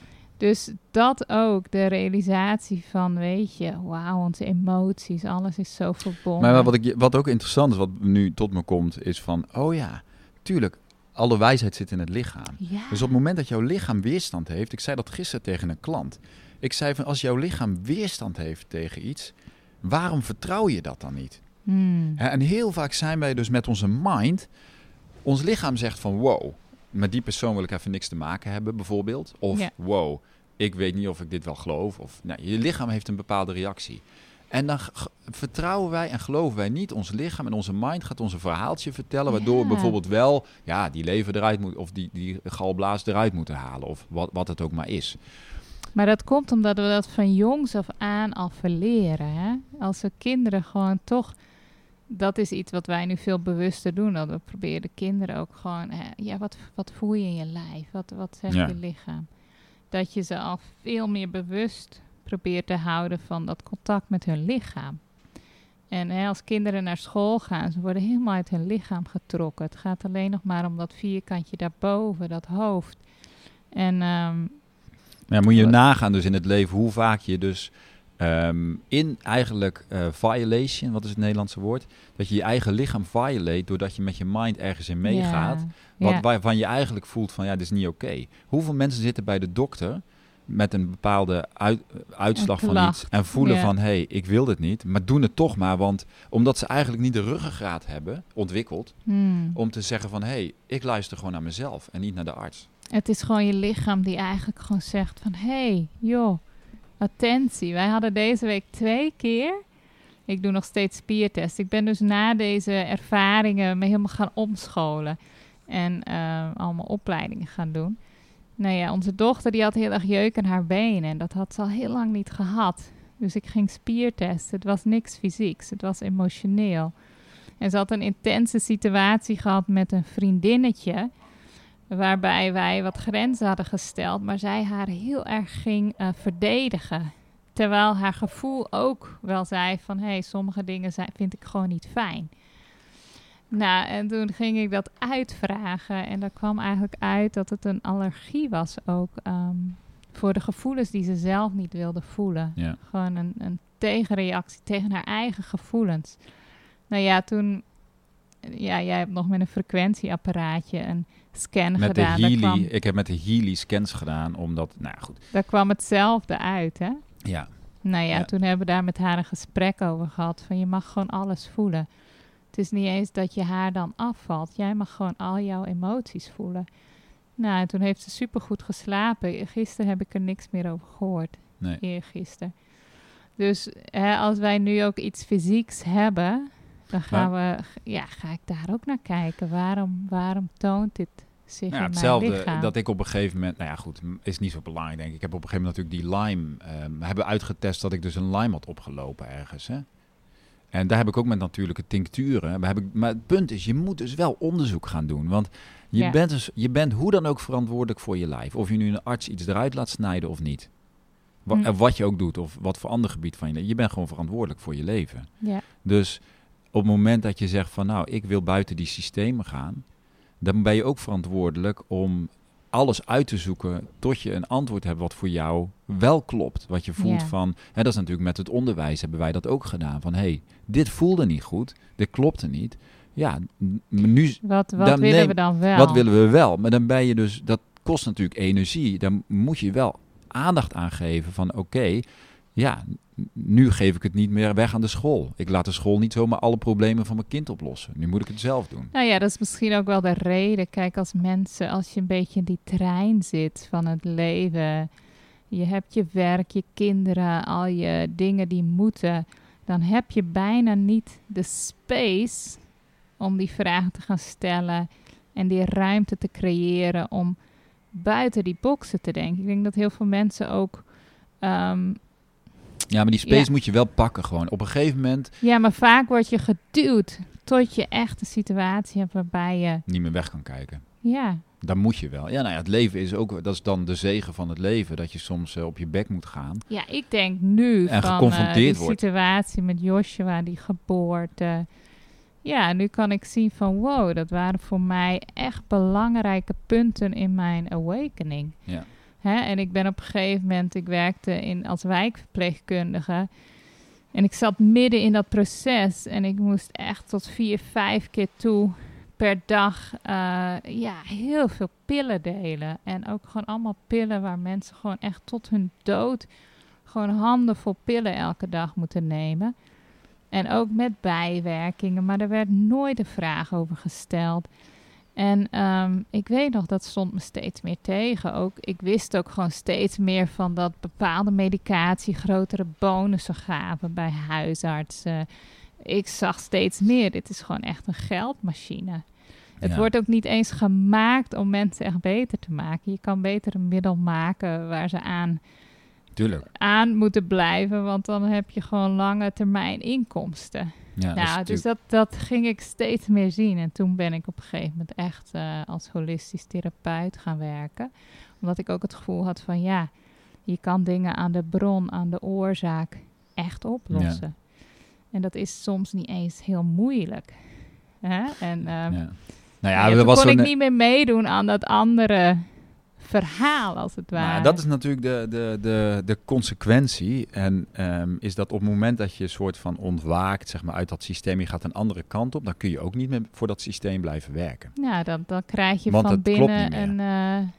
Dus dat ook, de realisatie van, weet je, wauw, onze emoties, alles is zo verbonden. Maar wat, ik, wat ook interessant is, wat nu tot me komt, is van, oh ja, tuurlijk, alle wijsheid zit in het lichaam. Ja. Dus op het moment dat jouw lichaam weerstand heeft, ik zei dat gisteren tegen een klant. Ik zei van, als jouw lichaam weerstand heeft tegen iets, waarom vertrouw je dat dan niet? Hmm. Hè, en heel vaak zijn wij dus met onze mind, ons lichaam zegt van, wow, met die persoon wil ik even niks te maken hebben, bijvoorbeeld. Of, Ja. wow, ik weet niet of ik dit wel geloof. Of, nou, je lichaam heeft een bepaalde reactie. En dan g- vertrouwen wij en geloven wij niet ons lichaam en onze mind gaat ons een verhaaltje vertellen, waardoor we Ja. bijvoorbeeld wel, ja, die lever eruit moet, of die, die galblaas eruit moeten halen, of wat, wat het ook maar is. Maar dat komt omdat we dat van jongs af aan al verleren. Hè? Als we kinderen gewoon toch... Dat is iets wat wij nu veel bewuster doen. Dat we proberen de kinderen ook gewoon... Hè, ja, wat, wat voel je in je lijf? Wat, wat zegt Ja. je lichaam? Dat je ze al veel meer bewust probeert te houden van dat contact met hun lichaam. En hè, als kinderen naar school gaan, ze worden helemaal uit hun lichaam getrokken. Het gaat alleen nog maar om dat vierkantje daarboven, dat hoofd. En... ehm, Maar ja, moet je Wat- nagaan dus in het leven hoe vaak je dus ehm, in eigenlijk eh, violation, wat is het Nederlandse woord? Dat je je eigen lichaam violate doordat je met je mind ergens in meegaat. Ja, Wat, ja. Waarvan je eigenlijk voelt van ja, dit is niet oké. Hoeveel mensen zitten bij de dokter met een bepaalde uit, uitslag Een van klacht, iets en voelen ja. van hé, hey, ik wil dit niet, maar doen het toch maar, want omdat ze eigenlijk niet de ruggengraat hebben ontwikkeld Hmm. om te zeggen van hé, hey, ik luister gewoon naar mezelf en niet naar de arts. Het is gewoon je lichaam die eigenlijk gewoon zegt van... Hé, hey, joh, attentie. Wij hadden deze week twee keer... Ik doe nog steeds spiertest. Ik ben dus na deze ervaringen me helemaal gaan omscholen. En eh, allemaal opleidingen gaan doen. Nou ja, onze dochter die had heel erg jeuk in haar benen. En dat had ze al heel lang niet gehad. Dus ik ging spiertesten. Het was niks fysieks. Het was emotioneel. En ze had een intense situatie gehad met een vriendinnetje... waarbij wij wat grenzen hadden gesteld... maar zij haar heel erg ging uh, verdedigen... Terwijl haar gevoel ook wel zei van... hé, hey, sommige dingen zijn, vind ik gewoon niet fijn. Nou, en toen ging ik dat uitvragen. En daar kwam eigenlijk uit dat het een allergie was ook... Um, voor de gevoelens die ze zelf niet wilde voelen. Ja. Gewoon een, een tegenreactie tegen haar eigen gevoelens. Nou ja, toen... Ja, jij hebt nog met een frequentieapparaatje een scan Met gedaan. de Daar Healy, kwam, ik heb met de Healy scans gedaan, omdat, nou ja, goed. daar kwam hetzelfde uit, hè? Ja, Nou ja, Ja. toen hebben we daar met haar een gesprek over gehad. Van je mag gewoon alles voelen. Het is niet eens dat je haar dan afvalt. Jij mag gewoon al jouw emoties voelen. Nou, en toen heeft ze supergoed geslapen. Gisteren heb ik er niks meer over gehoord. nee. Eergisteren. Dus hè, als wij nu ook iets fysieks hebben... dan gaan we, ja, ga ik daar ook naar kijken. Waarom, waarom toont dit zich Ja, in mijn hetzelfde lichaam? dat ik op een gegeven moment, nou ja goed, m- is niet zo belangrijk denk ik. Ik heb op een gegeven moment natuurlijk die Lyme, ehm, hebben uitgetest dat ik dus een Lyme had opgelopen ergens. Hè? En daar heb ik ook met natuurlijke tincturen. Maar, heb ik, maar het punt is, je moet dus wel onderzoek gaan doen. Want je, Ja. bent, dus, je bent hoe dan ook verantwoordelijk voor je lijf. Of je nu een arts iets eruit laat snijden of niet. Wa- Hm. en wat je ook doet of wat voor ander gebied van je leven. Je bent gewoon verantwoordelijk voor je leven. Ja. Dus op het moment dat je zegt van nou, ik wil buiten die systemen gaan, dan ben je ook verantwoordelijk om alles uit te zoeken tot je een antwoord hebt wat voor jou wel klopt. Wat je voelt Ja. van, hè, dat is natuurlijk met het onderwijs hebben wij dat ook gedaan. Van, hé, hey, dit voelde niet goed, dit klopte niet. Ja, n- nu, Wat, wat dan willen neem- we dan wel? wat willen we wel? Maar dan ben je dus, dat kost natuurlijk energie. Dan moet je wel aandacht aan geven van, oké, okay, ja, n- nu geef ik het niet meer weg aan de school. Ik laat de school niet zomaar alle problemen van mijn kind oplossen. Nu moet ik het zelf doen. Nou ja, dat is misschien ook wel de reden. Kijk, als mensen, als je een beetje in die trein zit van het leven. Je hebt je werk, je kinderen, al je dingen die moeten. Dan heb je bijna niet de space om die vragen te gaan stellen. En die ruimte te creëren om buiten die boxen te denken. Ik denk dat heel veel mensen ook... ehm, Ja, maar die space Ja. moet je wel pakken gewoon. Op een gegeven moment ja, maar vaak word je geduwd tot je echt een situatie hebt waarbij je... niet meer weg kan kijken. Ja, Dan moet je wel. Ja, nou ja, het leven is ook, dat is dan de zegen van het leven, dat je soms uh, op je bek moet gaan. ja, ik denk nu En van uh, geconfronteerd die wordt. situatie met Joshua, die geboorte. Ja, nu kan ik zien van wow, dat waren voor mij echt belangrijke punten in mijn awakening. Ja. Hè? En ik ben op een gegeven moment, ik werkte in, als wijkverpleegkundige. En ik zat midden in dat proces en ik moest echt tot vier, vijf keer toe per dag uh, ja, heel veel pillen delen. En ook gewoon allemaal pillen waar mensen gewoon echt tot hun dood gewoon handen vol pillen elke dag moeten nemen. En ook met bijwerkingen, maar er werd nooit een vraag over gesteld. En um, ik weet nog, dat stond me steeds meer tegen. Ook, ik wist ook gewoon steeds meer van dat bepaalde medicatie grotere bonussen gaven bij huisartsen. Ik zag steeds meer, dit is gewoon echt een geldmachine. Het Ja. wordt ook niet eens gemaakt om mensen echt beter te maken. Je kan beter een middel maken waar ze aan, Tuurlijk. aan moeten blijven, want dan heb je gewoon lange termijn inkomsten. Ja, Nou, dat is dus dat, dat ging ik steeds meer zien. En toen ben ik op een gegeven moment echt uh, als holistisch therapeut gaan werken. Omdat ik ook het gevoel had van ja, je kan dingen aan de bron, aan de oorzaak echt oplossen. Ja. En dat is soms niet eens heel moeilijk. Hè? En uh, ja. Nou ja, ja, er toen was kon ik zo'n- niet meer meedoen aan dat andere verhaal, als het ware. Nou, dat is natuurlijk de, de, de, de consequentie. En um, is dat op het moment dat je een soort van ontwaakt, zeg maar, uit dat systeem, je gaat een andere kant op, dan kun je ook niet meer voor dat systeem blijven werken. Ja, dan, dan krijg je Want van het klopt niet binnen meer. een, uh,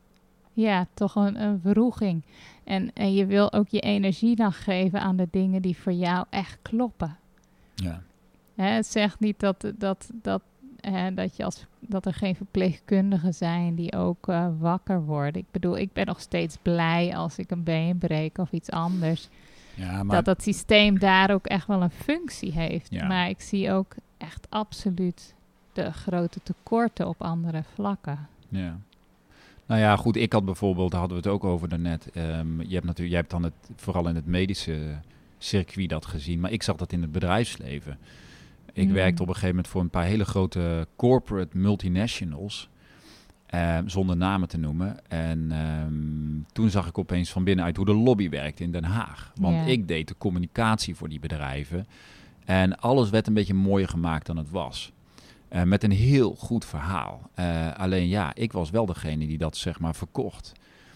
ja, toch een, een wroeging. En, en je wil ook je energie dan geven aan de dingen die voor jou echt kloppen. Ja. Hè, het zegt niet dat, dat, dat, hè, dat, je als, dat er geen verpleegkundigen zijn die ook uh, wakker worden. Ik bedoel, ik ben nog steeds blij als ik een been breek of iets anders. Ja, maar... Dat dat systeem daar ook echt wel een functie heeft. Ja. Maar ik zie ook echt absoluut de grote tekorten op andere vlakken. Ja. Nou ja, goed, ik had bijvoorbeeld, daar hadden we het ook over daarnet. Um, je hebt natuurlijk, jij hebt dan het, vooral in het medische circuit dat gezien, maar ik zag dat in het bedrijfsleven. Ik Mm. werkte op een gegeven moment voor een paar hele grote corporate multinationals, uh, zonder namen te noemen. En um, toen zag ik opeens van binnenuit hoe de lobby werkte in Den Haag. Want Ja. ik deed de communicatie voor die bedrijven en alles werd een beetje mooier gemaakt dan het was. Uh, met een heel goed verhaal. Uh, alleen ja, ik was wel degene die dat zeg maar verkocht.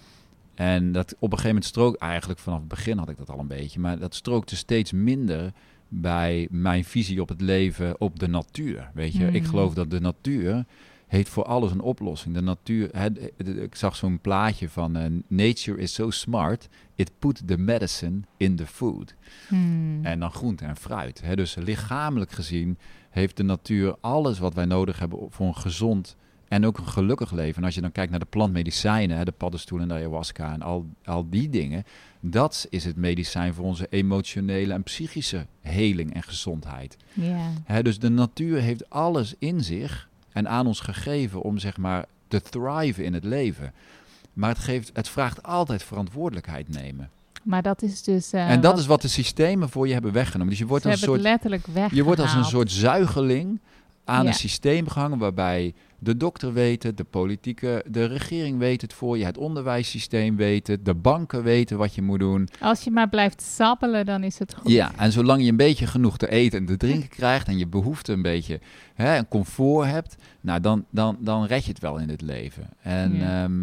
En dat op een gegeven moment strook, eigenlijk vanaf het begin had ik dat al een beetje, maar dat strookte steeds minder bij mijn visie op het leven, op de natuur. Weet je, Hmm. ik geloof dat de natuur heeft voor alles een oplossing. De natuur, hè, de, de, ik zag zo'n plaatje van uh, nature is so smart, it put the medicine in the food. Hmm. En dan groente en fruit. Hè. Dus lichamelijk gezien heeft de natuur alles wat wij nodig hebben voor een gezond en ook een gelukkig leven. En als je dan kijkt naar de plantmedicijnen, hè, de paddenstoel en de ayahuasca en al, al die dingen, dat is het medicijn voor onze emotionele en psychische heling en gezondheid. Ja. Hè, dus de natuur heeft alles in zich en aan ons gegeven om zeg maar te thriven in het leven. Maar het, geeft, het vraagt altijd verantwoordelijkheid nemen. Maar dat is dus... Uh, en dat wat, is wat de systemen voor je hebben weggenomen. Dus je wordt, ze een hebben soort, het letterlijk weggehaald. je wordt als een soort zuigeling aan Ja. een systeem gehangen waarbij de dokter weet het, de politieke, de regering weet het voor je, het onderwijssysteem weet het, de banken weten wat je moet doen. Als je maar blijft sabbelen, dan is het goed. Ja, en zolang je een beetje genoeg te eten en te drinken krijgt en je behoefte een beetje, hè, een comfort hebt, nou dan, dan, dan red je het wel in het leven. En Ja. ehm,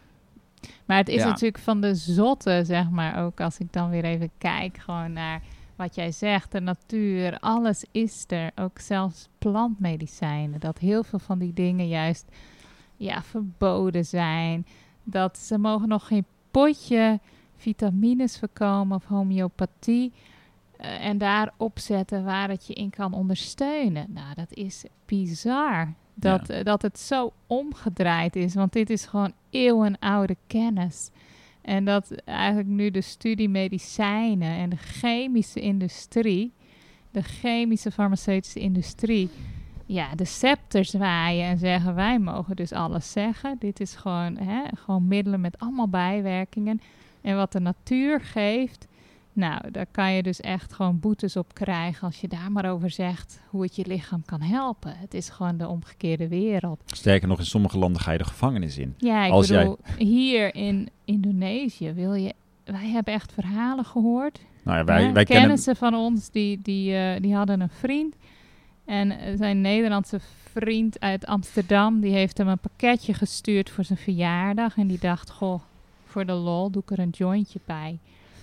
Maar het is Ja. natuurlijk van de zotte, zeg maar, ook als ik dan weer even kijk gewoon naar wat jij zegt, de natuur, alles is er, ook zelfs plantmedicijnen, dat heel veel van die dingen juist ja, verboden zijn, dat ze mogen nog geen potje vitamines voorkomen of homeopathie uh, en daar opzetten waar het je in kan ondersteunen. Nou, dat is bizar. Dat, Ja. uh, dat het zo omgedraaid is. Want dit is gewoon eeuwenoude kennis. En dat eigenlijk nu de studie medicijnen en de chemische industrie, de chemische farmaceutische industrie, ja, de scepter zwaaien en zeggen wij mogen dus alles zeggen. Dit is gewoon, hè, gewoon middelen met allemaal bijwerkingen. En wat de natuur geeft, nou, daar kan je dus echt gewoon boetes op krijgen als je daar maar over zegt hoe het je lichaam kan helpen. Het is gewoon de omgekeerde wereld. Sterker nog, in sommige landen ga je de gevangenis in. Ja, ik Als bedoel, hier in Indonesië wil je... Wij hebben echt verhalen gehoord. Nou ja, wij, Ja, wij kennen... kennissen van ons, die, die, uh, die hadden een vriend. En uh, zijn Nederlandse vriend uit Amsterdam, die heeft hem een pakketje gestuurd voor zijn verjaardag. En die dacht, goh, voor de lol doe ik er een jointje bij.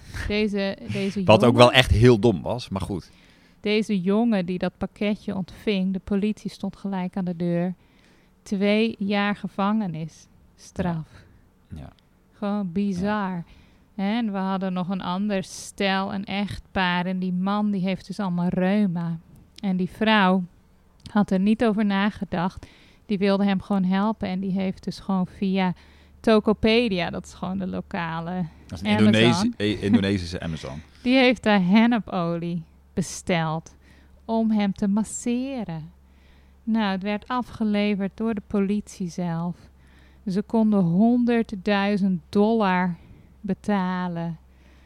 Deze, deze Wat jongen, ook wel echt heel dom was, maar goed. Deze jongen die dat pakketje ontving, de politie stond gelijk aan de deur. Twee jaar gevangenis, straf. Ja. Gewoon bizar. En we hadden nog een ander stel, een echtpaar. En die man die heeft dus allemaal reuma. En die vrouw had er niet over nagedacht. Die wilde hem gewoon helpen. En die heeft dus gewoon via Tokopedia, dat is gewoon de lokale Dat is een Amazon. Indonesi- eh, Indonesische Amazon. Die heeft daar hennepolie besteld om hem te masseren. Nou, het werd afgeleverd door de politie zelf. Ze konden honderdduizend dollar betalen.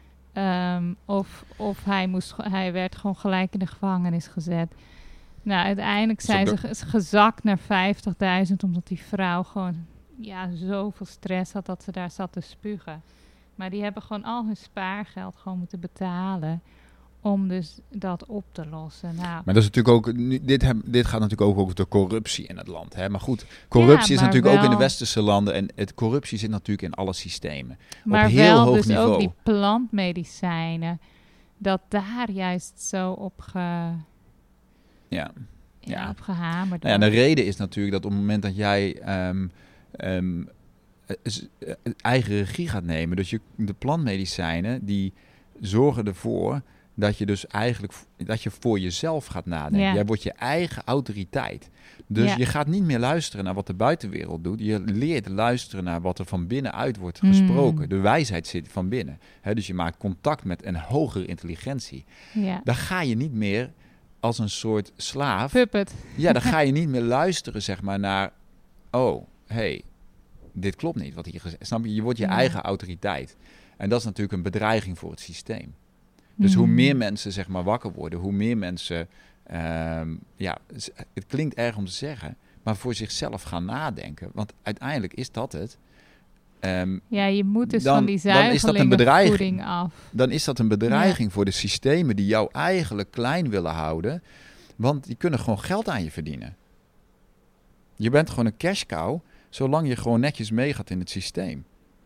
Um, of of hij, moest, hij werd gewoon gelijk in de gevangenis gezet. Nou, uiteindelijk zijn ze ge- gezakt naar vijftigduizend, omdat die vrouw gewoon ja, zoveel stress had dat ze daar zat te spugen. Maar die hebben gewoon al hun spaargeld gewoon moeten betalen om dus dat op te lossen. Nou, Maar dat is natuurlijk ook, nu, dit, heb, dit gaat natuurlijk ook over de corruptie in het land. Hè? Maar goed, corruptie Ja, is maar natuurlijk ook in de wel- westerse landen. En het, corruptie zit natuurlijk in alle systemen. maar heel wel hoog dus niveau. ook die plantmedicijnen, dat daar juist zo op, ge, Ja. ja, Ja. op gehamerd Nou ja, wordt. de reden is natuurlijk dat op het moment dat jij um, um, uh, eigen regie gaat nemen, dus je, de plantmedicijnen, die zorgen ervoor dat je dus eigenlijk dat je voor jezelf gaat nadenken. Ja. Jij wordt je eigen autoriteit. Dus Ja. je gaat niet meer luisteren naar wat de buitenwereld doet. Je leert luisteren naar wat er van binnenuit wordt Hmm. gesproken. De wijsheid zit van binnen. He, dus je maakt contact met een hogere intelligentie. Ja. Dan ga je niet meer als een soort slaaf. Puppet. Ja, dan ga je niet meer luisteren, zeg maar, naar... Oh, hey, dit klopt niet wat hier gezegd is. Snap je? Je wordt je Ja. eigen autoriteit. En dat is natuurlijk een bedreiging voor het systeem. Dus hoe Mm. meer mensen, zeg maar, wakker worden, hoe meer mensen... Um, ja, het klinkt erg om te zeggen, maar voor zichzelf gaan nadenken. Want uiteindelijk is dat het. Um, Ja, je moet dus dan- van die dan is dat een bedreiging. zuigelingenvoeding af. dan is dat een bedreiging voor de systemen die jou eigenlijk klein willen houden. Want die kunnen gewoon geld aan je verdienen. Je bent gewoon een cash cow, zolang je gewoon netjes meegaat in het systeem.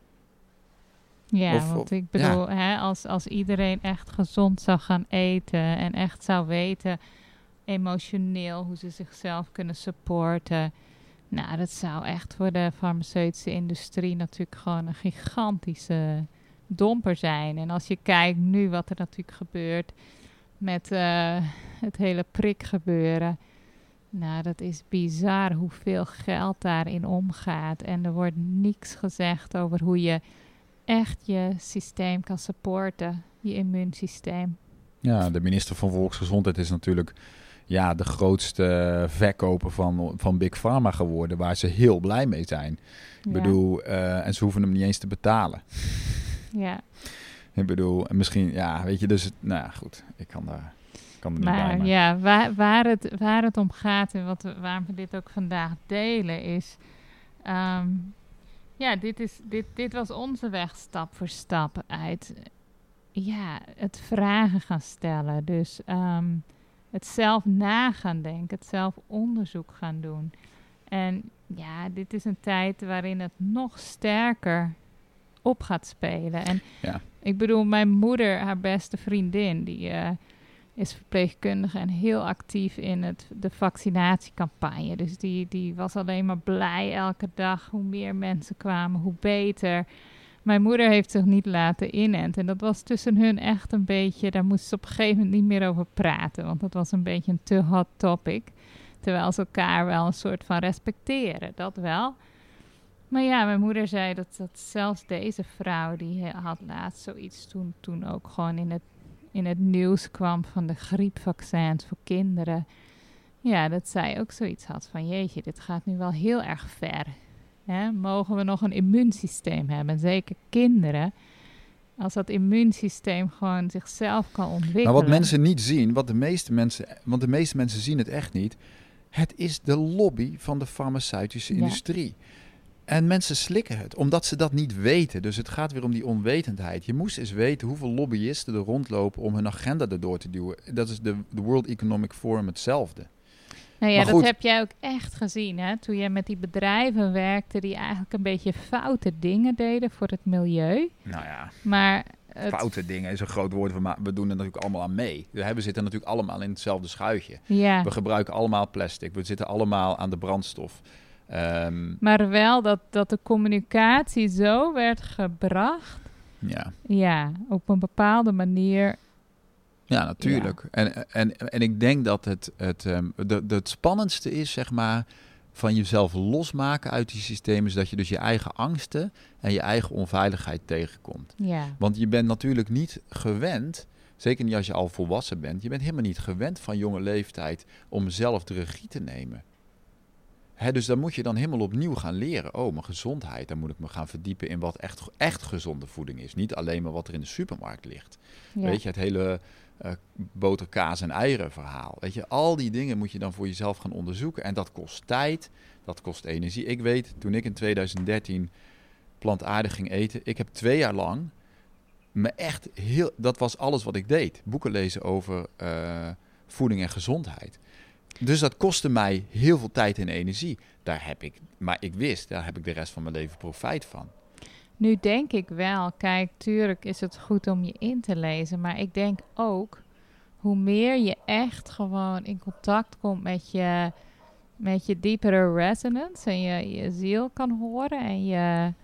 Ja, Of- want of- ik bedoel, hè, als, als iedereen echt gezond zou gaan eten en echt zou weten emotioneel hoe ze zichzelf kunnen supporten. Nou, dat zou echt voor de farmaceutische industrie natuurlijk gewoon een gigantische domper zijn. En als je kijkt nu wat er natuurlijk gebeurt met uh, het hele prikgebeuren. Nou, dat is bizar hoeveel geld daarin omgaat. En er wordt niks gezegd over hoe je echt je systeem kan supporten, je immuunsysteem. Ja, de minister van Volksgezondheid is natuurlijk ja, de grootste verkoper van, van Big Pharma geworden, waar ze heel blij mee zijn. Ik Ja. bedoel, uh, en ze hoeven hem niet eens te betalen. Ja. Ik bedoel, en misschien, ja, weet je, dus, nou ja, goed, ik kan daar... kan er niet bij. Maar Maar ja, waar, waar, het, waar het om gaat en wat we, waarom we dit ook vandaag delen is... ehm, ja, dit, is, dit, dit was onze weg stap voor stap uit ja, het vragen gaan stellen. Dus ehm, het zelf na gaan denken, het zelf onderzoek gaan doen. En ja, dit is een tijd waarin het nog sterker op gaat spelen. En Ja. ik bedoel, mijn moeder, haar beste vriendin, die uh, is verpleegkundige en heel actief in het, de vaccinatiecampagne. Dus die, die was alleen maar blij elke dag. Hoe meer mensen kwamen, hoe beter. Mijn moeder heeft zich niet laten inenten. En dat was tussen hun echt een beetje... Daar moesten ze op een gegeven moment niet meer over praten. Want dat was een beetje een te hot topic. Terwijl ze elkaar wel een soort van respecteren. Dat wel. Maar ja, mijn moeder zei dat, dat zelfs deze vrouw... die had laatst zoiets toen, toen ook gewoon in het, in het nieuws kwam... van de griepvaccins voor kinderen. Ja, dat zij ook zoiets had van... jeetje, dit gaat nu wel heel erg ver. Hè? Mogen we nog een immuunsysteem hebben? Zeker kinderen. Als dat immuunsysteem gewoon zichzelf kan ontwikkelen. Maar wat mensen niet zien, wat de meeste mensen, want de meeste mensen zien het echt niet. Het is de lobby van de farmaceutische Ja. industrie. En mensen slikken het, omdat ze dat niet weten. Dus het gaat weer om die onwetendheid. Je moest eens weten hoeveel lobbyisten er rondlopen om hun agenda erdoor te duwen. Dat is de, de World Economic Forum hetzelfde. Nou ja, Maar dat goed. heb jij ook echt gezien, hè? Toen jij met die bedrijven werkte die eigenlijk een beetje foute dingen deden voor het milieu. Nou ja, Maar het, foute dingen is een groot woord. We, ma- we doen er natuurlijk allemaal aan mee. We zitten natuurlijk allemaal in hetzelfde schuitje. ja, We gebruiken allemaal plastic. We zitten allemaal aan de brandstof. Ehm, maar wel dat, dat de communicatie zo werd gebracht, ja. ja, op een bepaalde manier. Ja, natuurlijk. En, en, en ik denk dat het, het, um, de, de, het spannendste is, zeg maar, van jezelf losmaken uit die systemen, is dat je dus je eigen angsten en je eigen onveiligheid tegenkomt. Ja, Want je bent natuurlijk niet gewend, zeker niet als je al volwassen bent, je bent helemaal niet gewend van jonge leeftijd om zelf de regie te nemen. Hè, dus dan moet je dan helemaal opnieuw gaan leren. Oh, mijn gezondheid, dan moet ik me gaan verdiepen in wat echt, echt gezonde voeding is. Niet alleen maar wat er in de supermarkt ligt. ja. Weet je, het hele uh, boter, kaas en eieren verhaal. Weet je, al die dingen moet je dan voor jezelf gaan onderzoeken. En dat kost tijd, dat kost energie. Ik weet, toen ik in twintig dertien plantaardig ging eten, ik heb twee jaar lang me echt heel... Dat was alles wat ik deed. Boeken lezen over uh, voeding en gezondheid. Dus dat kostte mij heel veel tijd en energie. Daar heb ik, maar ik wist, daar heb ik de rest van mijn leven profijt van. Nu denk ik wel, kijk, tuurlijk is het goed om je in te lezen, maar ik denk ook, hoe meer je echt gewoon in contact komt met je, met je diepere resonance en je, je ziel kan horen en je,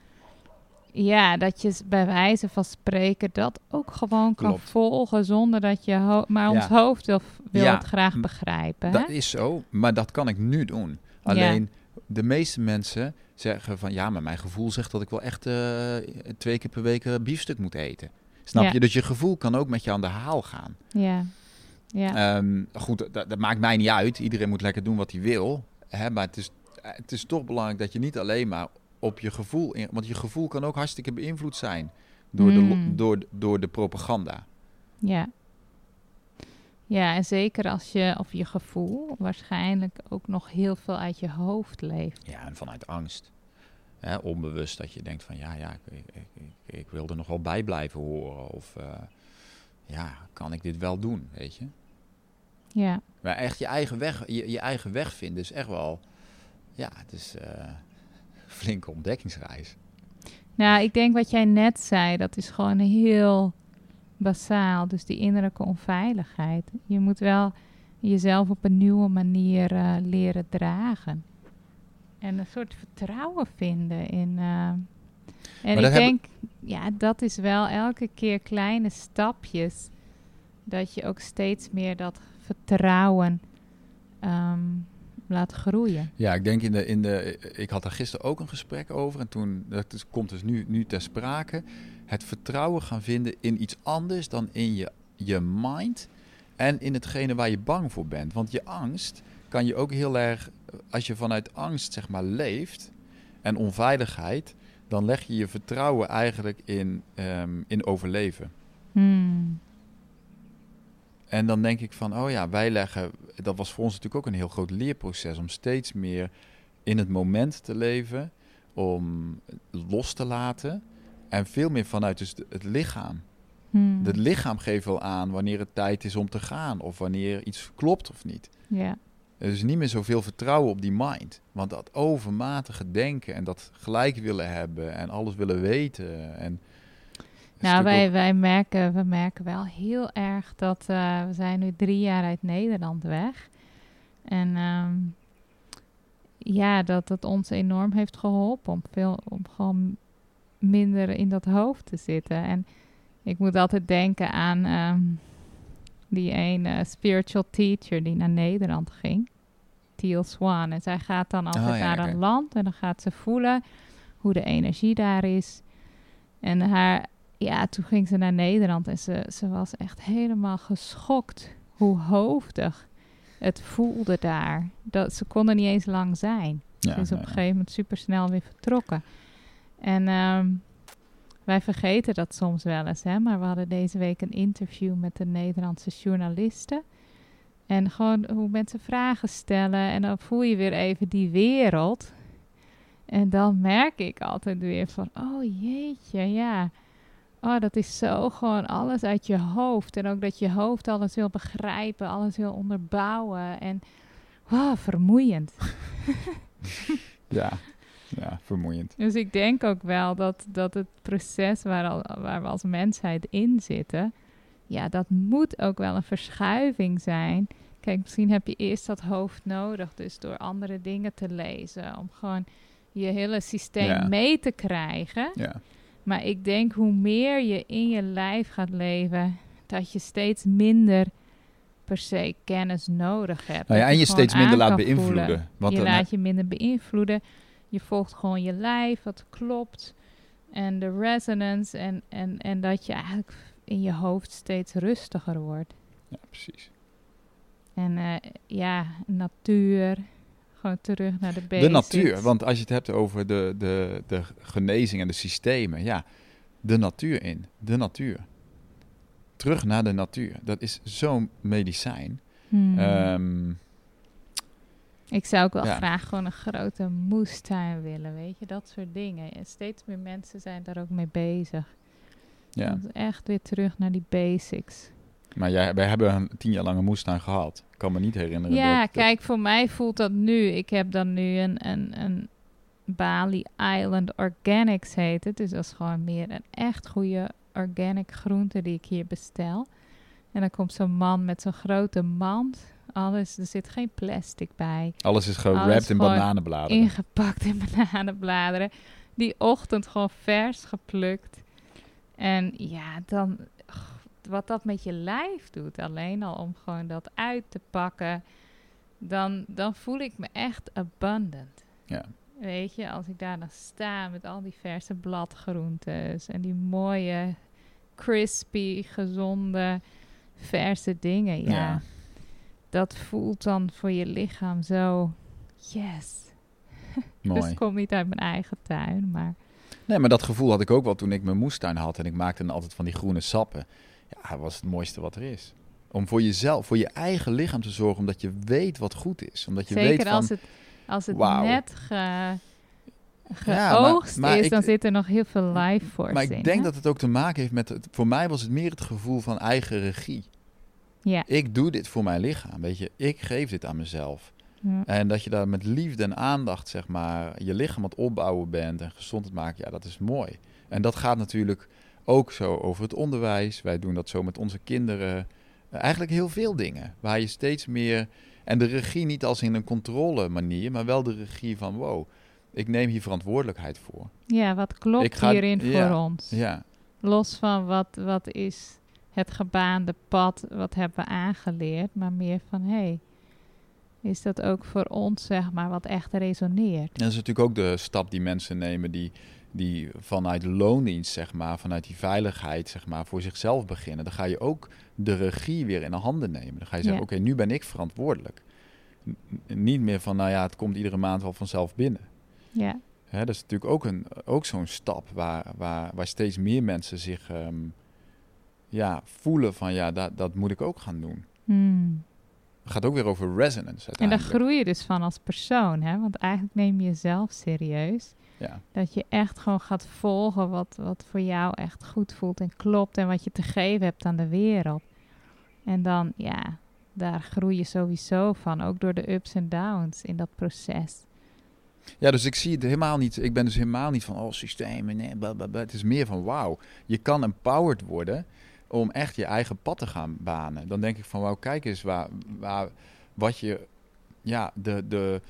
ja, dat je bij wijze van spreken dat ook gewoon kan Klopt. volgen zonder dat je, ho- maar ons Ja. hoofd wil, wil Ja, het graag m- begrijpen. Dat Hè? is zo, maar dat kan ik nu doen. Alleen, de meeste mensen zeggen van... ja, maar mijn gevoel zegt dat ik wel echt uh, twee keer per week uh, biefstuk moet eten. Snap Ja. je? Dus je gevoel kan ook met je aan de haal gaan. Ja, ja, Um, goed, dat, dat maakt mij niet uit. Iedereen moet lekker doen wat hij wil. Hè? Maar het is, het is toch belangrijk dat je niet alleen maar op je gevoel... In, want je gevoel kan ook hartstikke beïnvloed zijn door, de, Mm. door, door de propaganda. ja. Ja, en zeker als je, of je gevoel, waarschijnlijk ook nog heel veel uit je hoofd leeft. Ja, en vanuit angst. Hè, onbewust dat je denkt van ja, ja ik, ik, ik, ik wil er nog wel bij blijven horen. Of uh, ja, kan ik dit wel doen, weet je? Ja, Maar echt je eigen weg, je, je eigen weg vinden is echt wel... Ja, het is uh, een flinke ontdekkingsreis. nou, ik denk wat jij net zei, dat is gewoon heel basaal. Dus die innerlijke onveiligheid. Je moet wel jezelf op een nieuwe manier uh, leren dragen. En een soort vertrouwen vinden in... Uh, en ik dat denk, ja, dat is wel elke keer kleine stapjes. Dat je ook steeds meer dat vertrouwen um, laat groeien. Ja, ik denk in de, in de... Ik had daar gisteren ook een gesprek over. En toen, dat is, komt dus nu, nu ter sprake. Het vertrouwen gaan vinden in iets anders dan in je, je mind. En in hetgene waar je bang voor bent. Want je angst kan je ook heel erg... Als je vanuit angst, zeg maar, leeft en onveiligheid... dan leg je je vertrouwen eigenlijk in, um, in overleven. Hmm. en dan denk ik van, oh ja, wij leggen... Dat was voor ons natuurlijk ook een heel groot leerproces... om steeds meer in het moment te leven... om los te laten... en veel meer vanuit dus het lichaam. Hmm. Het lichaam geeft wel aan wanneer het tijd is om te gaan... of wanneer iets klopt of niet. Ja. Er is niet meer zoveel vertrouwen op die mind. Want dat overmatige denken en dat gelijk willen hebben... en alles willen weten... en Nou, wij, ook... wij merken, we merken wel heel erg dat... Uh, we zijn nu drie jaar uit Nederland weg. En um, ja, dat het ons enorm heeft geholpen... om, veel, om gewoon minder in dat hoofd te zitten. En ik moet altijd denken aan um, die ene spiritual teacher... die naar Nederland ging. Teal Swan. En zij gaat dan altijd oh, ja, naar okay. een land... en dan gaat ze voelen hoe de energie daar is. En haar... Ja, toen ging ze naar Nederland en ze, ze was echt helemaal geschokt hoe hoofdig het voelde daar. Dat, ze kon er niet eens lang zijn. Ja, ze is op een gegeven moment supersnel weer vertrokken. En um, wij vergeten dat soms wel eens, hè. Maar we hadden deze week een interview met de Nederlandse journalisten. En gewoon hoe mensen vragen stellen. En dan voel je weer even die wereld. En dan merk ik altijd weer van, oh jeetje, ja... Oh, dat is zo gewoon alles uit je hoofd. En ook dat je hoofd alles wil begrijpen, alles wil onderbouwen. En wow, vermoeiend. ja, ja, vermoeiend. Dus ik denk ook wel dat, dat het proces waar, al, waar we als mensheid in zitten... Ja, dat moet ook wel een verschuiving zijn. Kijk, misschien heb je eerst dat hoofd nodig. Dus door andere dingen te lezen. Om gewoon je hele systeem ja. mee te krijgen... Ja. Maar ik denk hoe meer je in je lijf gaat leven... dat je steeds minder per se kennis nodig hebt. Nou ja, en je, je steeds minder laat beïnvloeden. Want je laat je minder beïnvloeden. Je volgt gewoon je lijf, wat klopt. En de resonance. En, en, en dat je eigenlijk in je hoofd steeds rustiger wordt. Ja, precies. En uh, ja, natuur... Gewoon terug naar de basics. De natuur, want als je het hebt over de, de, de genezing en de systemen, ja, de natuur in, de natuur. Terug naar de natuur, dat is zo'n medicijn. Hmm. Um, Ik zou ook wel ja. graag gewoon een grote moestuin willen, weet je, dat soort dingen. En steeds meer mensen zijn daar ook mee bezig. Ja. Dus echt weer terug naar die basics. Maar jij, wij hebben een tien jaar lange moestuin gehad. Ik kan me niet herinneren. Ja, dat, kijk, voor mij voelt dat nu. Ik heb dan nu een, een, een Bali Island Organics heet het. Dus dat is gewoon meer een echt goede organic groente die ik hier bestel. En dan komt zo'n man met zo'n grote mand. Alles, er zit geen plastic bij. Alles is gewrapt in bananenbladeren. Ingepakt in bananenbladeren. Die ochtend gewoon vers geplukt. En ja, dan... Wat dat met je lijf doet, alleen al om gewoon dat uit te pakken, dan, dan voel ik me echt abundant. Ja. Weet je, als ik daar dan sta met al die verse bladgroentes en die mooie, crispy, gezonde, verse dingen, ja. ja. Dat voelt dan voor je lichaam zo, yes. Mooi. Dus het komt niet uit mijn eigen tuin, maar... Nee, maar dat gevoel had ik ook wel toen ik mijn moestuin had en ik maakte dan altijd van die groene sappen. Ja, dat was het mooiste wat er is. Om voor jezelf, voor je eigen lichaam te zorgen, omdat je weet wat goed is. Omdat je Zeker weet van, als het, als het wow. net ge, geoogst ja, maar, maar is, ik, dan zit er nog heel veel life force in. Maar ik in, denk hè? dat het ook te maken heeft met, het, voor mij was het meer het gevoel van eigen regie. Ja. Ik doe dit voor mijn lichaam, weet je. Ik geef dit aan mezelf. Ja. En dat je daar met liefde en aandacht, zeg maar, je lichaam aan het opbouwen bent en gezond het maken, ja, dat is mooi. En dat gaat natuurlijk ook zo over het onderwijs. Wij doen dat zo met onze kinderen. Uh, eigenlijk heel veel dingen. Waar je steeds meer... En de regie niet als in een controle manier, maar wel de regie van, wow, ik neem hier verantwoordelijkheid voor. Ja, wat klopt Ik ga, hierin ja, voor ons? Ja. Los van wat, wat is het gebaande pad, wat hebben we aangeleerd, maar meer van, hé, hey, is dat ook voor ons, zeg maar, wat echt resoneert? En dat is natuurlijk ook de stap die mensen nemen die... die vanuit loondienst, zeg maar, vanuit die veiligheid, zeg maar, voor zichzelf beginnen. Dan ga je ook de regie weer in de handen nemen. Dan ga je zeggen, ja. oké, okay, nu ben ik verantwoordelijk. N- niet meer van, nou ja, het komt iedere maand wel vanzelf binnen. Ja. Hè, dat is natuurlijk ook, een, ook zo'n stap waar, waar, waar steeds meer mensen zich um, ja, voelen van ja, dat, dat moet ik ook gaan doen. Hmm. Het gaat ook weer over resonance En daar uiteindelijk. groei je dus van als persoon, hè? Want eigenlijk neem je jezelf serieus. Ja. Dat je echt gewoon gaat volgen wat, wat voor jou echt goed voelt en klopt. En wat je te geven hebt aan de wereld. En dan, ja, daar groei je sowieso van. Ook door de ups en downs in dat proces. ja, dus ik zie het helemaal niet. Ik ben dus helemaal niet van, oh, systemen, nee, blablabla. Het is meer van, wauw, je kan empowered worden om echt je eigen pad te gaan banen. Dan denk ik van, wauw, kijk eens waar, waar, wat je, ja, de, de,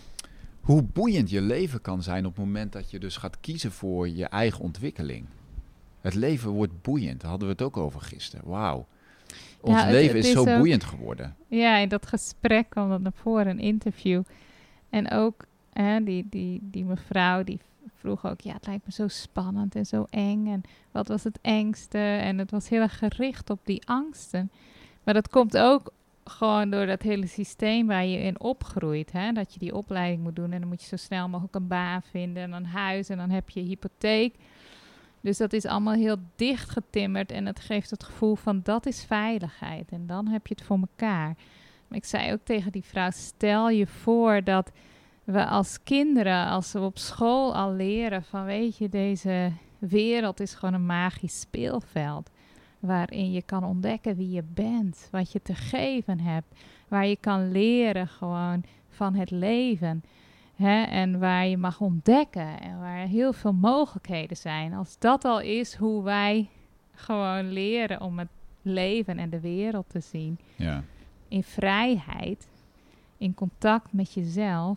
hoe boeiend je leven kan zijn op het moment dat je dus gaat kiezen voor je eigen ontwikkeling. Het leven wordt boeiend, daar hadden we het ook over gisteren. Wauw. Ons Ja, het- leven het is, is zo ook- boeiend geworden. Ja, in dat gesprek kwam dat naar voren, een interview. En ook hè, die, die, die mevrouw die vroeg ook, ja, het lijkt me zo spannend en zo eng. En wat was het engste? En het was heel erg gericht op die angsten. Maar dat komt ook gewoon door dat hele systeem waar je in opgroeit. Hè? Dat je die opleiding moet doen en dan moet je zo snel mogelijk een baan vinden en een huis en dan heb je hypotheek. Dus dat is allemaal heel dicht getimmerd en het geeft het gevoel van dat is veiligheid en dan heb je het voor elkaar. Maar ik zei ook tegen die vrouw, stel je voor dat we als kinderen, als we op school al leren van weet je, deze wereld is gewoon een magisch speelveld. Waarin je kan ontdekken wie je bent, wat je te geven hebt. Waar je kan leren gewoon van het leven. Hè? En waar je mag ontdekken en waar heel veel mogelijkheden zijn. Als dat al is hoe wij gewoon leren om het leven en de wereld te zien. Ja. In vrijheid, in contact met jezelf.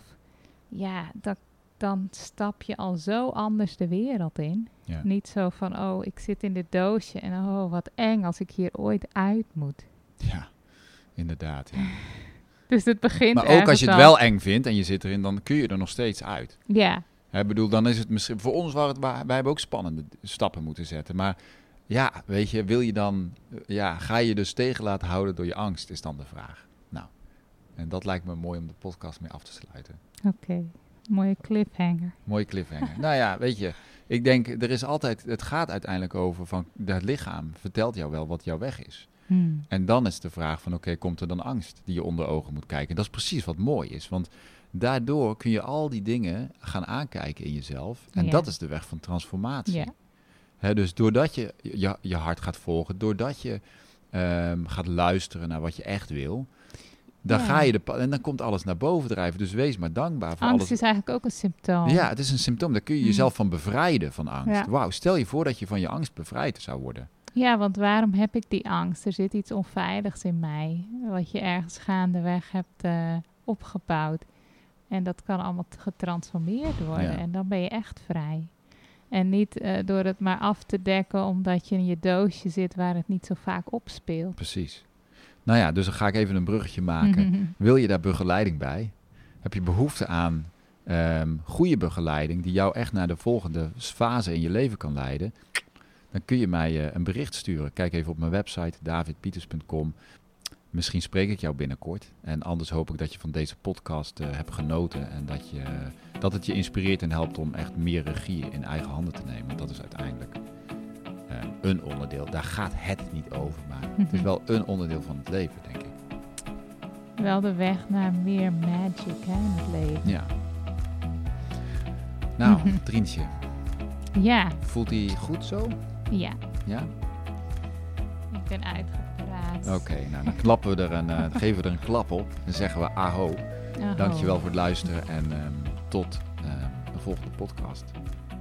Ja, dat, dan stap je al zo anders de wereld in. Ja. Niet zo van, oh, ik zit in dit doosje en oh, wat eng als ik hier ooit uit moet. Ja, inderdaad. Ja. Dus het begint Maar ook als ergens je het al. wel eng vindt en je zit erin, dan kun je er nog steeds uit. Ja, Ik bedoel, dan is het misschien... Voor ons waren het... wa- Wij hebben ook spannende stappen moeten zetten. Maar ja, weet je, wil je dan... eh, Ja, ga je dus tegen laten houden door je angst, is dan de vraag. Nou, en dat lijkt me mooi om de podcast mee af te sluiten. oké. Mooie cliffhanger. Mooie cliffhanger. Nou ja, weet je, ik denk, er is altijd... Het gaat uiteindelijk over van... Het lichaam vertelt jou wel wat jouw weg is. Hmm. En dan is de vraag van, oké, komt er dan angst die je onder ogen moet kijken? En dat is precies wat mooi is, want daardoor kun je al die dingen gaan aankijken in jezelf. En Ja. dat is de weg van transformatie. Ja. Hè, dus doordat je, je je hart gaat volgen, doordat je ehm, gaat luisteren naar wat je echt wil, dan Ja. ga je de pa- en dan komt alles naar boven drijven. Dus wees maar dankbaar voor Angst alles. is eigenlijk ook een symptoom. Ja, het is een symptoom. Daar kun je Mm. jezelf van bevrijden van angst. Ja. Wauw, stel je voor dat je van je angst bevrijd zou worden. Ja, want waarom heb ik die angst? Er zit iets onveiligs in mij. Wat je ergens gaandeweg hebt eh, opgebouwd. En dat kan allemaal t- getransformeerd worden. Ja. En dan ben je echt vrij. En niet eh, door het maar af te dekken omdat je in je doosje zit waar het niet zo vaak opspeelt. Precies. Nou ja, dus dan ga ik even een bruggetje maken. Wil je daar begeleiding bij? Heb je behoefte aan ehm, goede begeleiding die jou echt naar de volgende fase in je leven kan leiden? Dan kun je mij eh, een bericht sturen. Kijk even op mijn website david pieters punt com. Misschien spreek ik jou binnenkort. En anders hoop ik dat je van deze podcast eh, hebt genoten. En dat, je, dat het je inspireert en helpt om echt meer regie in eigen handen te nemen. Dat is uiteindelijk eh, een onderdeel. Daar gaat het niet over. Maar het is wel een onderdeel van het leven, denk ik. Wel de weg naar meer magic hè, in het leven. Ja. Nou, Trientje, Ja, voelt hij goed zo? ja. Ja? Ik ben uitgepraat. Oké, nou dan klappen we er een, eh, geven we er een klap op en zeggen we aho. Aho. Dankjewel voor het luisteren en ehm, tot ehm, de volgende podcast.